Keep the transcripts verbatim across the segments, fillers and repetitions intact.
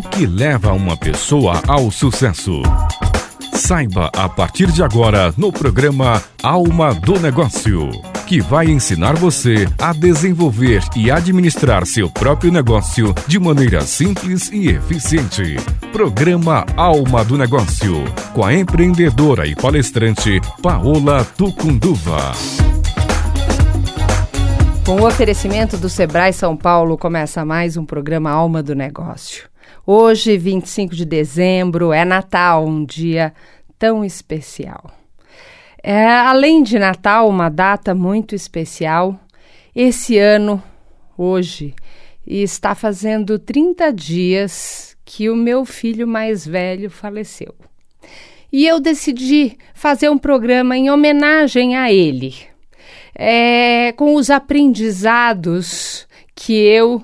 que leva uma pessoa ao sucesso? Saiba a partir de agora no programa Alma do Negócio, que vai ensinar você a desenvolver e administrar seu próprio negócio de maneira simples e eficiente. Programa Alma do Negócio, com a empreendedora e palestrante Paola Tucunduva. Com o oferecimento do Sebrae São Paulo, começa mais um programa Alma do Negócio. Hoje, vinte e cinco de dezembro, é Natal, um dia tão especial. É, além de Natal, uma data muito especial, esse ano, hoje, está fazendo trinta dias que o meu filho mais velho faleceu. E eu decidi fazer um programa em homenagem a ele, é, com os aprendizados que eu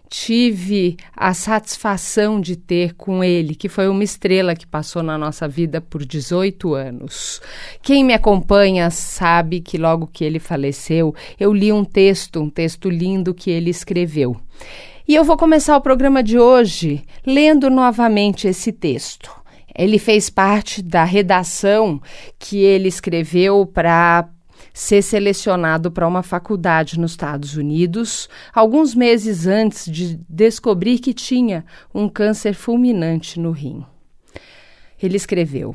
tive a satisfação de ter com ele, que foi uma estrela que passou na nossa vida por dezoito anos. Quem me acompanha sabe que logo que ele faleceu, eu li um texto, um texto lindo que ele escreveu. E eu vou começar o programa de hoje lendo novamente esse texto. Ele fez parte da redação que ele escreveu para ser selecionado para uma faculdade nos Estados Unidos, alguns meses antes de descobrir que tinha um câncer fulminante no rim. Ele escreveu: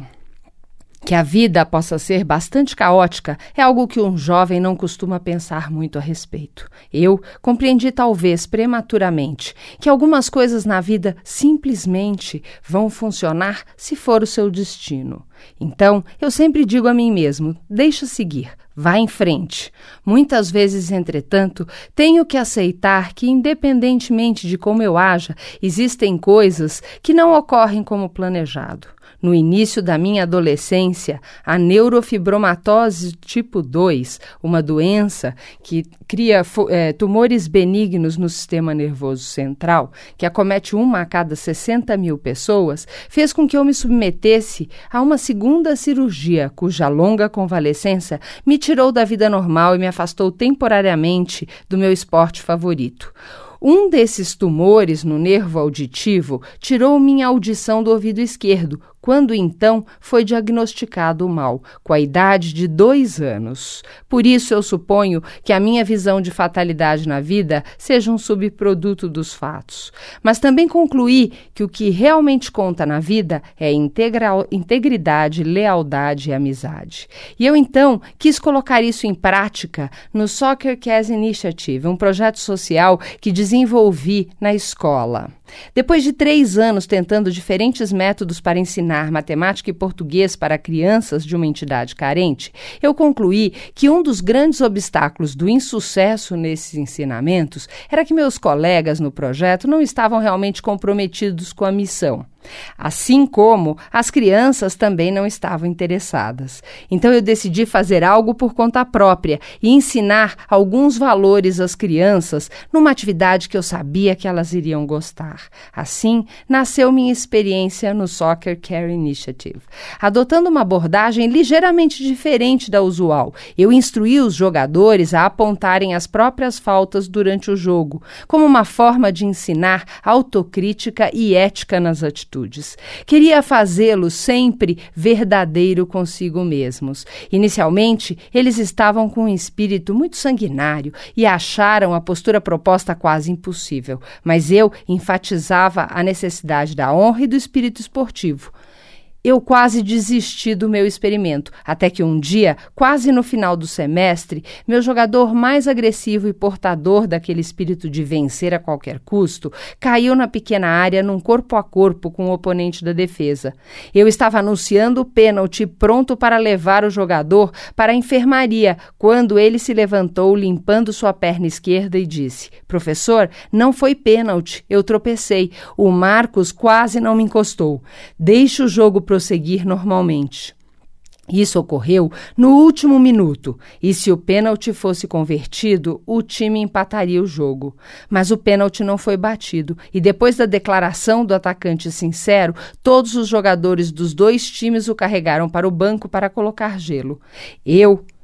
que a vida possa ser bastante caótica é algo que um jovem não costuma pensar muito a respeito. Eu compreendi, talvez prematuramente, que algumas coisas na vida simplesmente vão funcionar se for o seu destino. Então, eu sempre digo a mim mesmo, deixa seguir, vá em frente. Muitas vezes, entretanto, tenho que aceitar que, independentemente de como eu haja, existem coisas que não ocorrem como planejado. No início da minha adolescência, a neurofibromatose tipo dois, uma doença que cria é, tumores benignos no sistema nervoso central, que acomete uma a cada sessenta mil pessoas, fez com que eu me submetesse a uma segunda cirurgia, cuja longa convalescença me tirou da vida normal e me afastou temporariamente do meu esporte favorito. Um desses tumores no nervo auditivo tirou minha audição do ouvido esquerdo, quando então foi diagnosticado o mal, com a idade de dois anos. Por isso eu suponho que a minha visão de fatalidade na vida seja um subproduto dos fatos. Mas também concluí que o que realmente conta na vida é integral, integridade, lealdade e amizade. E eu então quis colocar isso em prática no Soccer Cast Initiative, um projeto social que desenvolvi na escola. Depois de três anos tentando diferentes métodos para ensinar matemática e português para crianças de uma entidade carente, eu concluí que um dos grandes obstáculos do insucesso nesses ensinamentos era que meus colegas no projeto não estavam realmente comprometidos com a missão. Assim como as crianças também não estavam interessadas. Então eu decidi fazer algo por conta própria e ensinar alguns valores às crianças numa atividade que eu sabia que elas iriam gostar. Assim, nasceu minha experiência no Soccer Care Initiative. Adotando uma abordagem ligeiramente diferente da usual, eu instruí os jogadores a apontarem as próprias faltas durante o jogo, como uma forma de ensinar autocrítica e ética nas atitudes. Queria fazê-los sempre verdadeiro consigo mesmos. Inicialmente, eles estavam com um espírito muito sanguinário e acharam a postura proposta quase impossível, mas eu enfatizava a necessidade da honra e do espírito esportivo. Eu quase desisti do meu experimento, até que um dia, quase no final do semestre, meu jogador mais agressivo e portador daquele espírito de vencer a qualquer custo, caiu na pequena área num corpo a corpo com o oponente da defesa. Eu estava anunciando o pênalti pronto para levar o jogador para a enfermaria, quando ele se levantou limpando sua perna esquerda e disse: "Professor, não foi pênalti, eu tropecei. O Marcos quase não me encostou. Deixe o jogo prosseguir normalmente." Isso ocorreu no último minuto, e se o pênalti fosse convertido, o time empataria o jogo. Mas o pênalti não foi batido, e depois da declaração do atacante sincero, todos os jogadores dos dois times o carregaram para o banco para colocar gelo. Eu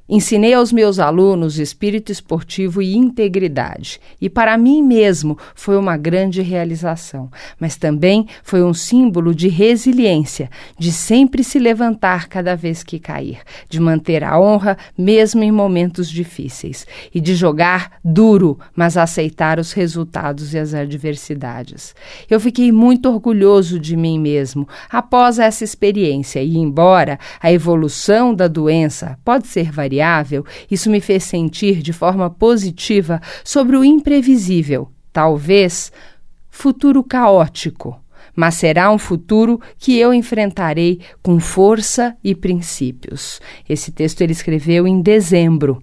Ensinei aos meus alunos espírito esportivo e integridade, e para mim mesmo foi uma grande realização, mas também foi um símbolo de resiliência, de sempre se levantar cada vez que cair, de manter a honra mesmo em momentos difíceis, e de jogar duro, mas aceitar os resultados e as adversidades. Eu fiquei muito orgulhoso de mim mesmo após essa experiência, e embora a evolução da doença pode ser variável, isso me fez sentir de forma positiva sobre o imprevisível, talvez futuro caótico, mas será um futuro que eu enfrentarei com força e princípios. Esse texto ele escreveu em dezembro.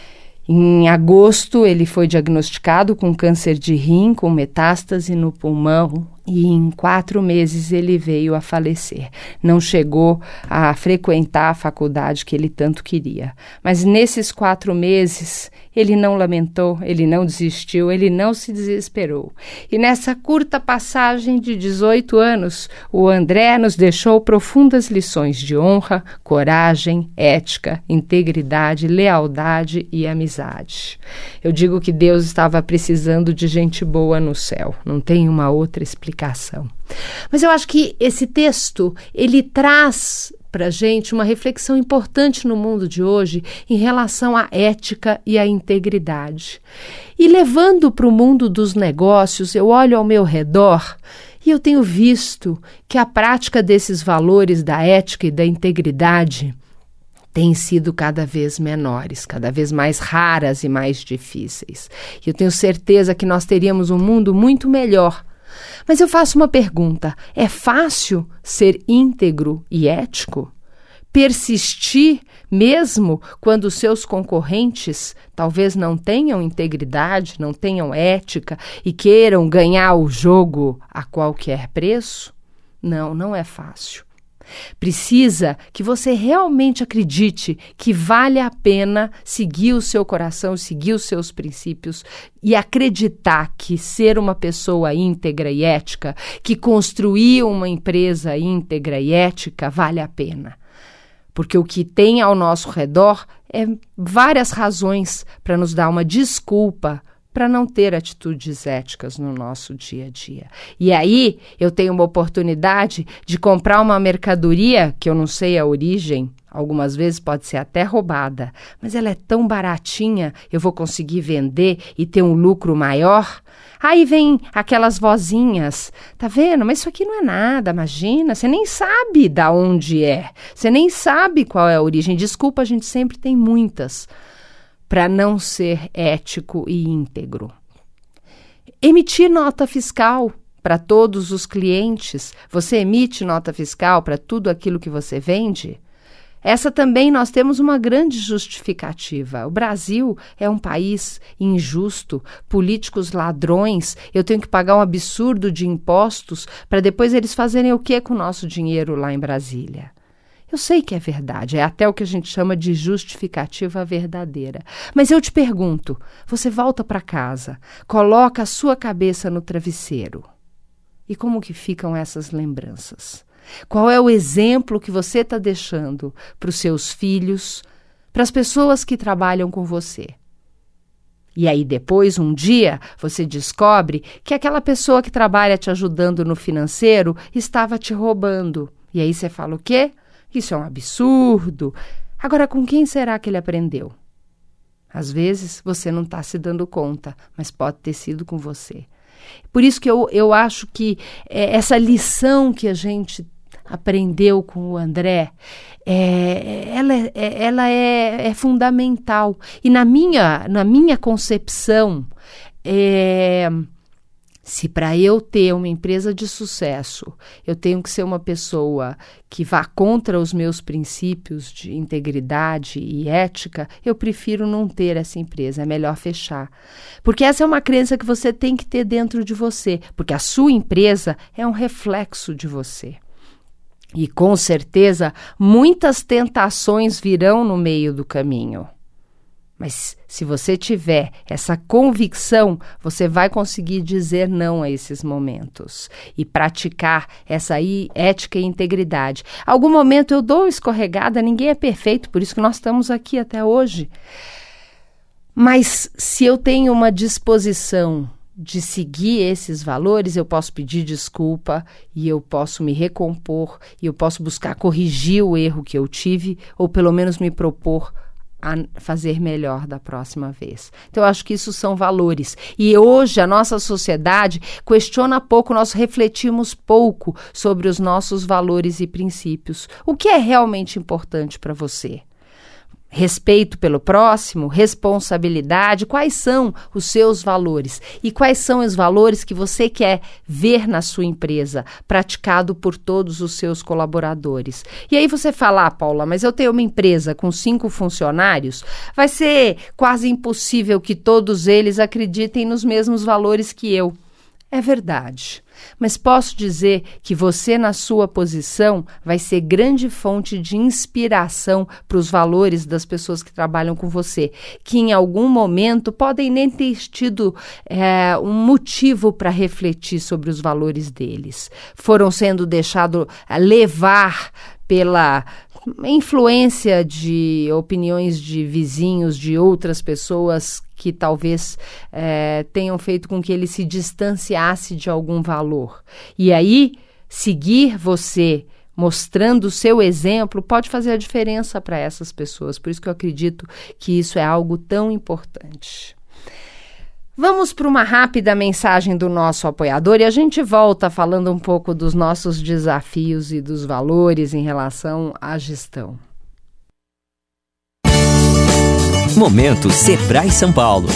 Em agosto, ele foi diagnosticado com câncer de rim, com metástase no pulmão, e em quatro meses ele veio a falecer. Não chegou a frequentar a faculdade que ele tanto queria. Mas nesses quatro meses, ele não lamentou, ele não desistiu, ele não se desesperou. E nessa curta passagem de dezoito anos, o André nos deixou profundas lições de honra, coragem, ética, integridade, lealdade e amizade. Eu digo que Deus estava precisando de gente boa no céu. Não tem uma outra explicação. Mas eu acho que esse texto, ele traz para a gente uma reflexão importante no mundo de hoje em relação à ética e à integridade. E levando para o mundo dos negócios, eu olho ao meu redor e eu tenho visto que a prática desses valores da ética e da integridade têm sido cada vez menores, cada vez mais raras e mais difíceis. E eu tenho certeza que nós teríamos um mundo muito melhor. Mas eu faço uma pergunta: é fácil ser íntegro e ético? Persistir mesmo quando seus concorrentes talvez não tenham integridade, não tenham ética e queiram ganhar o jogo a qualquer preço? Não, não é fácil. Precisa que você realmente acredite que vale a pena seguir o seu coração, seguir os seus princípios e acreditar que ser uma pessoa íntegra e ética, que construir uma empresa íntegra e ética vale a pena. Porque o que tem ao nosso redor é várias razões para nos dar uma desculpa para não ter atitudes éticas no nosso dia a dia. E aí eu tenho uma oportunidade de comprar uma mercadoria que eu não sei a origem, algumas vezes pode ser até roubada, mas ela é tão baratinha, eu vou conseguir vender e ter um lucro maior. Aí vem aquelas vozinhas, tá vendo? Mas isso aqui não é nada, imagina, você nem sabe de onde é, você nem sabe qual é a origem. Desculpa, a gente sempre tem muitas, para não ser ético e íntegro. Emitir nota fiscal para todos os clientes. Você emite nota fiscal para tudo aquilo que você vende? Essa também nós temos uma grande justificativa. O Brasil é um país injusto, políticos ladrões, eu tenho que pagar um absurdo de impostos para depois eles fazerem o que com o nosso dinheiro lá em Brasília? Eu sei que é verdade, é até o que a gente chama de justificativa verdadeira. Mas eu te pergunto, você volta para casa, coloca a sua cabeça no travesseiro. E como que ficam essas lembranças? Qual é o exemplo que você está deixando para os seus filhos, para as pessoas que trabalham com você? E aí depois, um dia, você descobre que aquela pessoa que trabalha te ajudando no financeiro estava te roubando. E aí você fala o quê? Isso é um absurdo. Agora, com quem será que ele aprendeu? Às vezes, você não está se dando conta, mas pode ter sido com você. Por isso que eu, eu acho que é, essa lição que a gente aprendeu com o André, é, ela, é, ela é, é fundamental. E na minha, na minha concepção, é... se para eu ter uma empresa de sucesso, eu tenho que ser uma pessoa que vá contra os meus princípios de integridade e ética, eu prefiro não ter essa empresa, é melhor fechar. Porque essa é uma crença que você tem que ter dentro de você, porque a sua empresa é um reflexo de você. E com certeza, muitas tentações virão no meio do caminho. Mas Se você tiver essa convicção, você vai conseguir dizer não a esses momentos e praticar essa aí, ética e integridade. Algum momento eu dou escorregada, ninguém é perfeito, por isso que nós estamos aqui até hoje. Mas se eu tenho uma disposição de seguir esses valores, eu posso pedir desculpa e eu posso me recompor e eu posso buscar corrigir o erro que eu tive ou pelo menos me propor a fazer melhor da próxima vez. Então, eu acho que isso são valores. E hoje a nossa sociedade questiona pouco, nós refletimos pouco sobre os nossos valores e princípios. O que é realmente importante para você? Respeito pelo próximo, responsabilidade, quais são os seus valores e quais são os valores que você quer ver na sua empresa, praticado por todos os seus colaboradores. E aí você fala, ah, Paula, mas eu tenho uma empresa com cinco funcionários, vai ser quase impossível que todos eles acreditem nos mesmos valores que eu. É verdade, mas posso dizer que você, na sua posição, vai ser grande fonte de inspiração para os valores das pessoas que trabalham com você, que em algum momento podem nem ter tido é, um motivo para refletir sobre os valores deles. Foram sendo deixados levar pela influência de opiniões de vizinhos, de outras pessoas que talvez é, tenham feito com que ele se distanciasse de algum valor. E aí, seguir você mostrando o seu exemplo pode fazer a diferença para essas pessoas. Por isso que eu acredito que isso é algo tão importante. Vamos para uma rápida mensagem do nosso apoiador e a gente volta falando um pouco dos nossos desafios e dos valores em relação à gestão. Momento Sebrae São Paulo.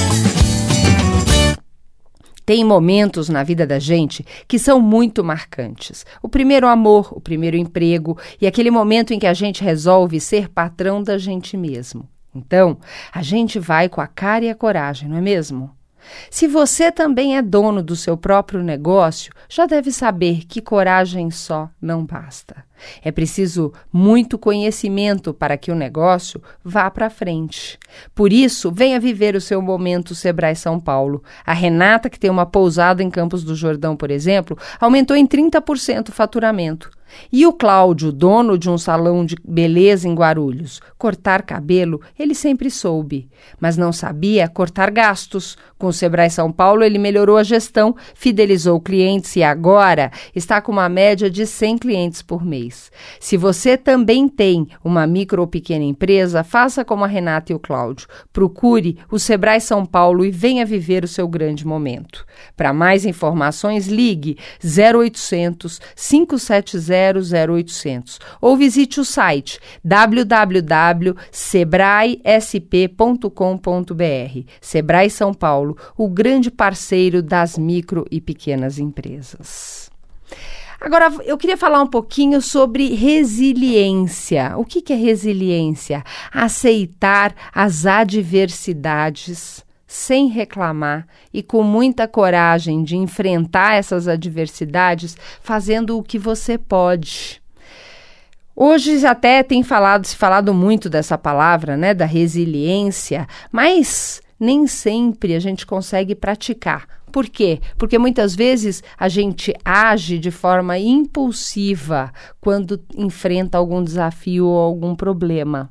Tem momentos na vida da gente que são muito marcantes. O primeiro amor, o primeiro emprego e aquele momento em que a gente resolve ser patrão da gente mesmo. Então, a gente vai com a cara e a coragem, não é mesmo? Se você também é dono do seu próprio negócio, já deve saber que coragem só não basta. É preciso muito conhecimento para que o negócio vá para frente. Por isso, venha viver o seu momento Sebrae São Paulo. A Renata, que tem uma pousada em Campos do Jordão, por exemplo, aumentou em trinta por cento o faturamento. E o Cláudio, dono de um salão de beleza em Guarulhos, cortar cabelo ele sempre soube, mas não sabia cortar gastos. Com o Sebrae São Paulo ele melhorou a gestão, fidelizou clientes e agora está com uma média de cem clientes por mês. Se você também tem uma micro ou pequena empresa, faça como a Renata e o Cláudio. Procure o Sebrae São Paulo e venha viver o seu grande momento. Para mais informações, ligue zero oitocentos, cinco sete zero, zero oitocentos ou visite o site w w w ponto sebrae s p ponto com ponto b r. Sebrae São Paulo, o grande parceiro das micro e pequenas empresas. Agora, eu queria falar um pouquinho sobre resiliência. O que que é resiliência? Aceitar as adversidades sem reclamar e com muita coragem de enfrentar essas adversidades, fazendo o que você pode. Hoje até tem falado, se falado muito dessa palavra, né, da resiliência, mas nem sempre a gente consegue praticar. Por quê? Porque muitas vezes a gente age de forma impulsiva quando enfrenta algum desafio ou algum problema.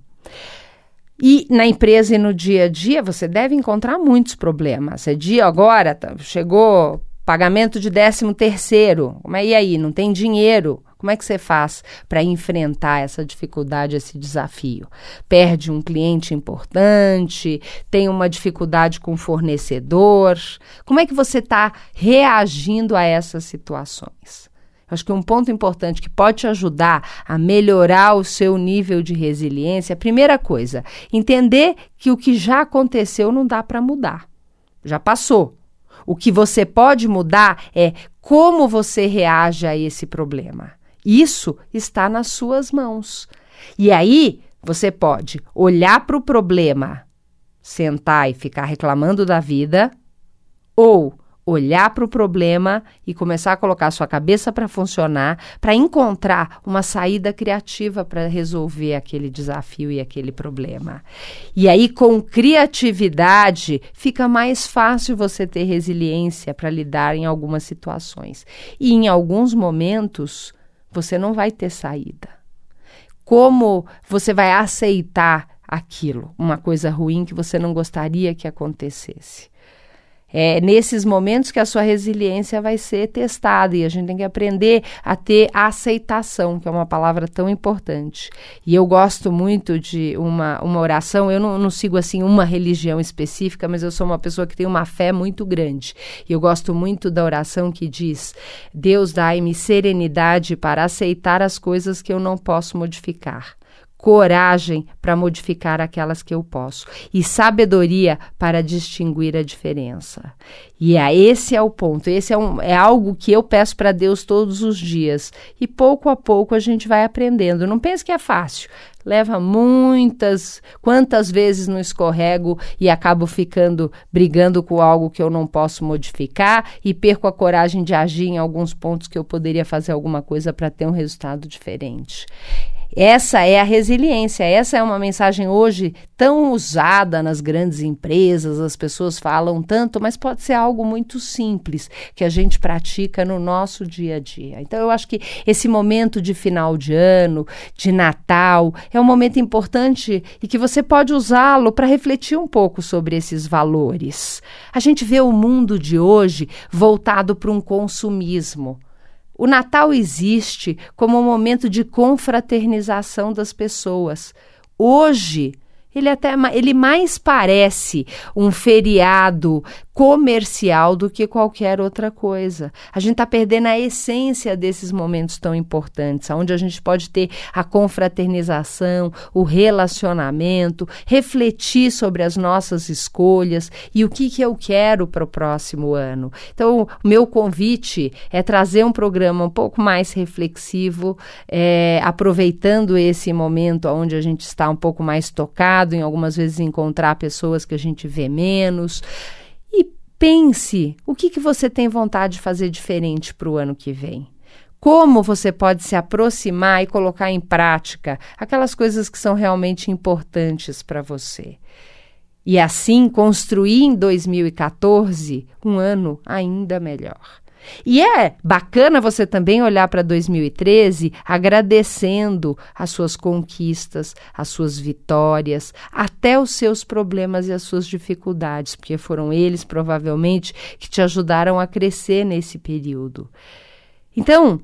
E na empresa e no dia a dia você deve encontrar muitos problemas. É dia agora, tá, chegou pagamento de décimo terceiro, como é, e aí, não tem dinheiro? Como é que você faz para enfrentar essa dificuldade, esse desafio? Perde um cliente importante, tem uma dificuldade com o fornecedor. Como é que você está reagindo a essas situações? Acho que um ponto importante que pode te ajudar a melhorar o seu nível de resiliência, a primeira coisa, entender que o que já aconteceu não dá para mudar. Já passou. O que você pode mudar é como você reage a esse problema. Isso está nas suas mãos. E aí, você pode olhar para o problema, sentar e ficar reclamando da vida, ou olhar para o problema e começar a colocar a sua cabeça para funcionar, para encontrar uma saída criativa para resolver aquele desafio e aquele problema. E aí, com criatividade, fica mais fácil você ter resiliência para lidar em algumas situações. E em alguns momentos, você não vai ter saída. Como você vai aceitar aquilo, uma coisa ruim que você não gostaria que acontecesse? É nesses momentos que a sua resiliência vai ser testada e a gente tem que aprender a ter a aceitação, que é uma palavra tão importante. E eu gosto muito de uma, uma oração, eu não, não sigo assim uma religião específica, mas eu sou uma pessoa que tem uma fé muito grande. E eu gosto muito da oração que diz: Deus, dai-me serenidade para aceitar as coisas que eu não posso modificar, coragem para modificar aquelas que eu posso e sabedoria para distinguir a diferença. E é, esse é o ponto, esse é, um, é algo que eu peço para Deus todos os dias e pouco a pouco a gente vai aprendendo. Não pense que é fácil, leva muitas, quantas vezes não escorrego e acabo ficando brigando com algo que eu não posso modificar e perco a coragem de agir em alguns pontos que eu poderia fazer alguma coisa para ter um resultado diferente. Essa é a resiliência, essa é uma mensagem hoje tão usada nas grandes empresas, as pessoas falam tanto, mas pode ser algo muito simples que a gente pratica no nosso dia a dia. Então eu acho que esse momento de final de ano, de Natal, é um momento importante e que você pode usá-lo para refletir um pouco sobre esses valores. A gente vê o mundo de hoje voltado para um consumismo. O Natal existe como um momento de confraternização das pessoas. Hoje, ele até ele mais parece um feriado comercial do que qualquer outra coisa. A gente está perdendo a essência desses momentos tão importantes, onde a gente pode ter a confraternização, o relacionamento, refletir sobre as nossas escolhas e o que, que eu quero para o próximo ano. Então, o meu convite é trazer um programa um pouco mais reflexivo, é, aproveitando esse momento onde a gente está um pouco mais tocado, em algumas vezes encontrar pessoas que a gente vê menos. E pense, o que, que você tem vontade de fazer diferente para o ano que vem? Como você pode se aproximar e colocar em prática aquelas coisas que são realmente importantes para você? E assim construir em dois mil e quatorze um ano ainda melhor. E é bacana você também olhar para dois mil e treze agradecendo as suas conquistas, as suas vitórias, até os seus problemas e as suas dificuldades, porque foram eles, provavelmente, que te ajudaram a crescer nesse período. Então,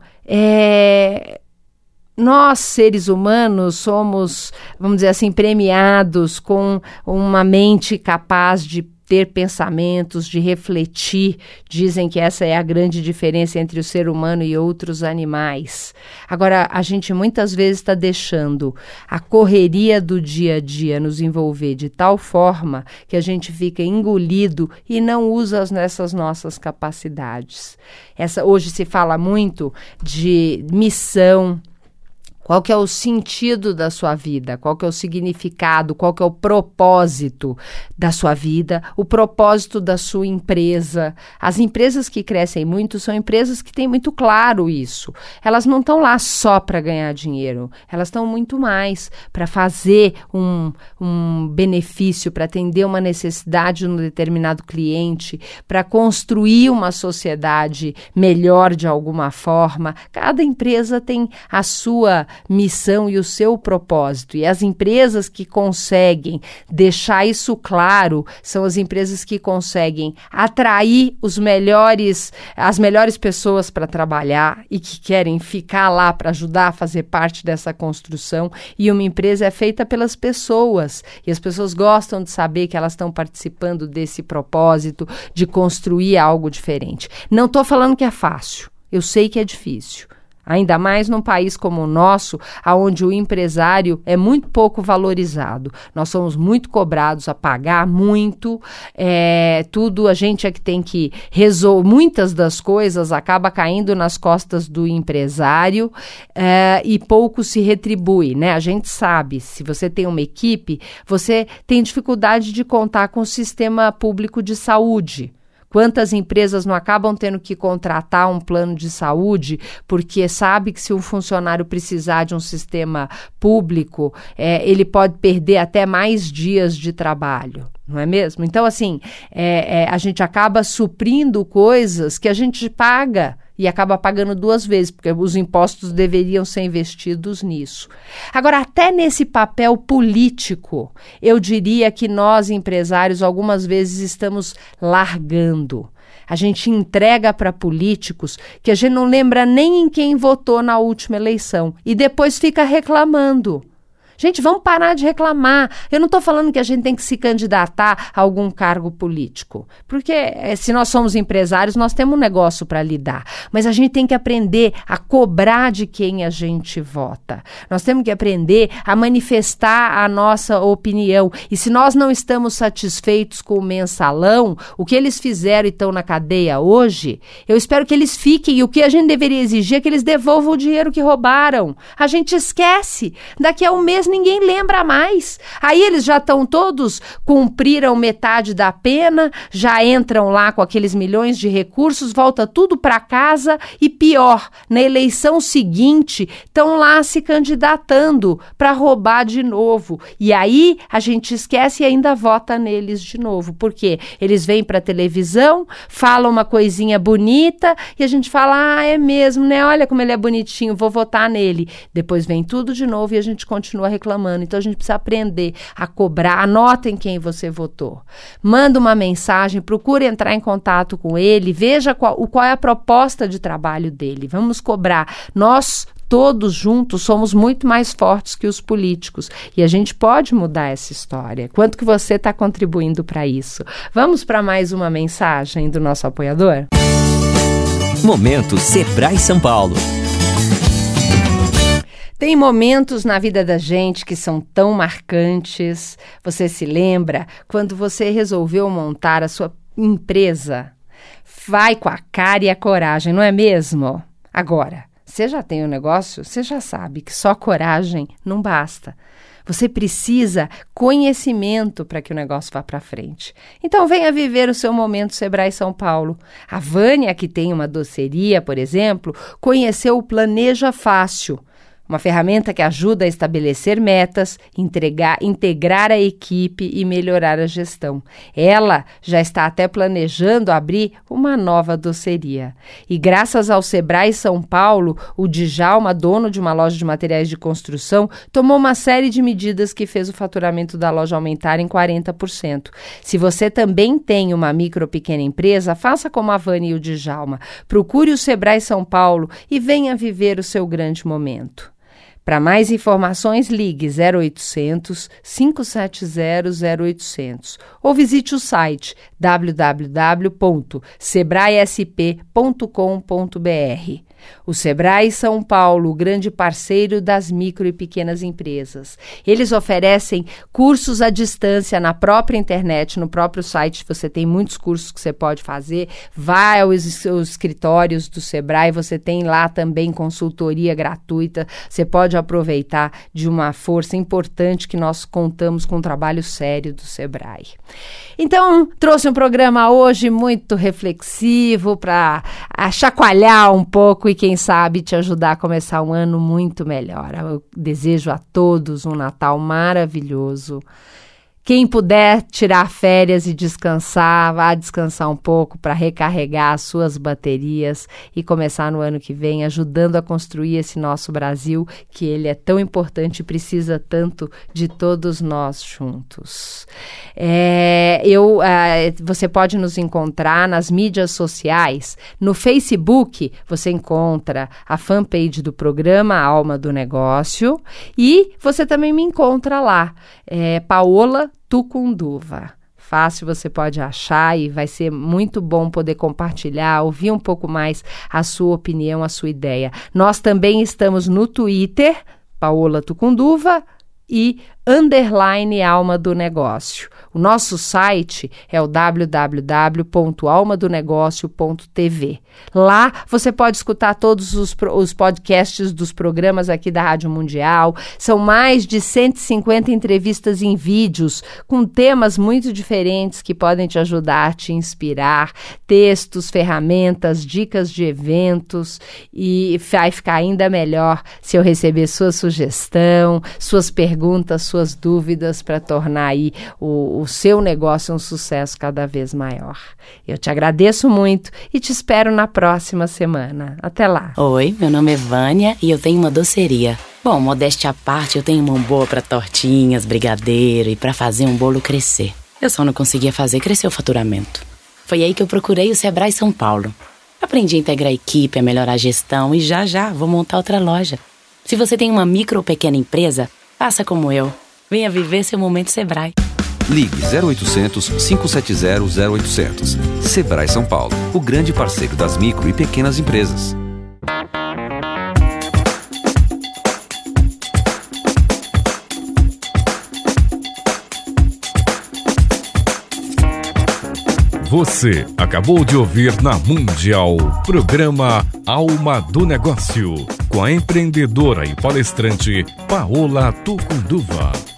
é... nós, seres humanos, somos, vamos dizer assim, premiados com uma mente capaz de ter pensamentos, de refletir. Dizem que essa é a grande diferença entre o ser humano e outros animais. Agora, a gente muitas vezes está deixando a correria do dia a dia nos envolver de tal forma que a gente fica engolido e não usa essas nossas capacidades. Essa, hoje se fala muito de missão. Qual que é o sentido da sua vida? Qual que é o significado? Qual que é o propósito da sua vida? O propósito da sua empresa? As empresas que crescem muito são empresas que têm muito claro isso. Elas não estão lá só para ganhar dinheiro. Elas estão muito mais para fazer um, um benefício, para atender uma necessidade de um determinado cliente, para construir uma sociedade melhor de alguma forma. Cada empresa tem a sua missão e o seu propósito, e as empresas que conseguem deixar isso claro são as empresas que conseguem atrair os melhores, as melhores pessoas para trabalhar e que querem ficar lá para ajudar a fazer parte dessa construção. E uma empresa é feita pelas pessoas, e as pessoas gostam de saber que elas estão participando desse propósito de construir algo diferente. Não estou falando que é fácil, eu sei que é difícil. Ainda mais num país como o nosso, onde o empresário é muito pouco valorizado. Nós somos muito cobrados a pagar muito, é, tudo a gente é que tem que resolver. Muitas das coisas acaba caindo nas costas do empresário é, e pouco se retribui, né? A gente sabe, se você tem uma equipe, você tem dificuldade de contar com o sistema público de saúde. Quantas empresas não acabam tendo que contratar um plano de saúde porque sabe que se um funcionário precisar de um sistema público, é, ele pode perder até mais dias de trabalho. Não é mesmo? Então, assim, é, é, a gente acaba suprindo coisas que a gente paga e acaba pagando duas vezes, porque os impostos deveriam ser investidos nisso. Agora, até nesse papel político, eu diria que nós, empresários, algumas vezes estamos largando. A gente entrega para políticos que a gente não lembra nem em quem votou na última eleição e depois fica reclamando. Gente, vamos parar de reclamar. Eu não estou falando que a gente tem que se candidatar a algum cargo político, porque é, se nós somos empresários, nós temos um negócio para lidar, mas a gente tem que aprender a cobrar de quem a gente vota. Nós temos que aprender a manifestar a nossa opinião, e se nós não estamos satisfeitos com o mensalão, o que eles fizeram e estão na cadeia hoje, eu espero que eles fiquem, e o que a gente deveria exigir é que eles devolvam o dinheiro que roubaram. A gente esquece, daqui a um mês ninguém lembra mais. Aí eles já estão todos, cumpriram metade da pena, já entram lá com aqueles milhões de recursos, volta tudo para casa e pior, na eleição seguinte estão lá se candidatando para roubar de novo. E aí a gente esquece e ainda vota neles de novo. Por quê? Eles vêm para a televisão, falam uma coisinha bonita e a gente fala, ah, é mesmo, né? Olha como ele é bonitinho, vou votar nele. Depois vem tudo de novo e a gente continua reclamando. Então a gente precisa aprender a cobrar. Anotem quem você votou. Manda uma mensagem, procure entrar em contato com ele, veja qual, qual é a proposta de trabalho dele. Vamos cobrar. Nós todos juntos somos muito mais fortes que os políticos e a gente pode mudar essa história. Quanto que você está contribuindo para isso? Vamos para mais uma mensagem do nosso apoiador? Momento Sebrae São Paulo. Tem momentos na vida da gente que são tão marcantes. Você se lembra quando você resolveu montar a sua empresa? Vai com a cara e a coragem, não é mesmo? Agora, você já tem um negócio, você já sabe que só coragem não basta. Você precisa conhecimento para que o negócio vá para frente. Então venha viver o seu momento Sebrae São Paulo. A Vânia, que tem uma doceria, por exemplo, conheceu o Planeja Fácil, uma ferramenta que ajuda a estabelecer metas, entregar, integrar a equipe e melhorar a gestão. Ela já está até planejando abrir uma nova doceria. E graças ao Sebrae São Paulo, o Djalma, dono de uma loja de materiais de construção, tomou uma série de medidas que fez o faturamento da loja aumentar em quarenta por cento. Se você também tem uma micro ou pequena empresa, faça como a Vânia e o Djalma. Procure o Sebrae São Paulo e venha viver o seu grande momento. Para mais informações, ligue zero oitocentos, cinco sete zero, zero oitocentos ou visite o site w w w ponto sebrae s p ponto com ponto b r. O Sebrae São Paulo, o grande parceiro das micro e pequenas empresas. Eles oferecem cursos à distância na própria internet, no próprio site. Você tem muitos cursos que você pode fazer. Vai aos, aos escritórios do Sebrae, você tem lá também consultoria gratuita. Você pode aproveitar de uma força importante que nós contamos com um trabalho sério do Sebrae. Então, trouxe um programa hoje muito reflexivo para chacoalhar um pouco e, quem sabe, te ajudar a começar um ano muito melhor. Eu desejo a todos um Natal maravilhoso. Quem puder tirar férias e descansar, vá descansar um pouco para recarregar as suas baterias e começar no ano que vem ajudando a construir esse nosso Brasil, que ele é tão importante e precisa tanto de todos nós juntos. É, eu, é, você pode nos encontrar nas mídias sociais. No Facebook, você encontra a fanpage do programa Alma do Negócio e você também me encontra lá, é, Paola Tucunduva. Fácil, você pode achar e vai ser muito bom poder compartilhar, ouvir um pouco mais a sua opinião, a sua ideia. Nós também estamos no Twitter, Paola Tucunduva, e underline Alma do Negócio. O nosso site é o w w w ponto alma do negócio ponto t v. Lá você pode escutar todos os, os podcasts dos programas aqui da Rádio Mundial. São mais de cento e cinquenta entrevistas em vídeos com temas muito diferentes que podem te ajudar, te inspirar, textos, ferramentas, dicas de eventos, e vai ficar ainda melhor se eu receber sua sugestão, suas perguntas, suas dúvidas para tornar aí o, o seu negócio um sucesso cada vez maior. Eu te agradeço muito e te espero na próxima semana. Até lá. Oi, meu nome é Vânia e eu tenho uma doceria. Bom, modéstia à parte, eu tenho mão boa para tortinhas, brigadeiro e para fazer um bolo crescer. Eu só não conseguia fazer crescer o faturamento. Foi aí que eu procurei o Sebrae São Paulo. Aprendi a integrar a equipe, a melhorar a gestão e já já vou montar outra loja. Se você tem uma micro ou pequena empresa, faça como eu. Venha viver seu momento Sebrae. Ligue zero oitocentos, cinco sete zero, zero oitocentos. Sebrae São Paulo, o grande parceiro das micro e pequenas empresas. Você acabou de ouvir na Mundial, programa Alma do Negócio, com a empreendedora e palestrante Paola Tucunduva.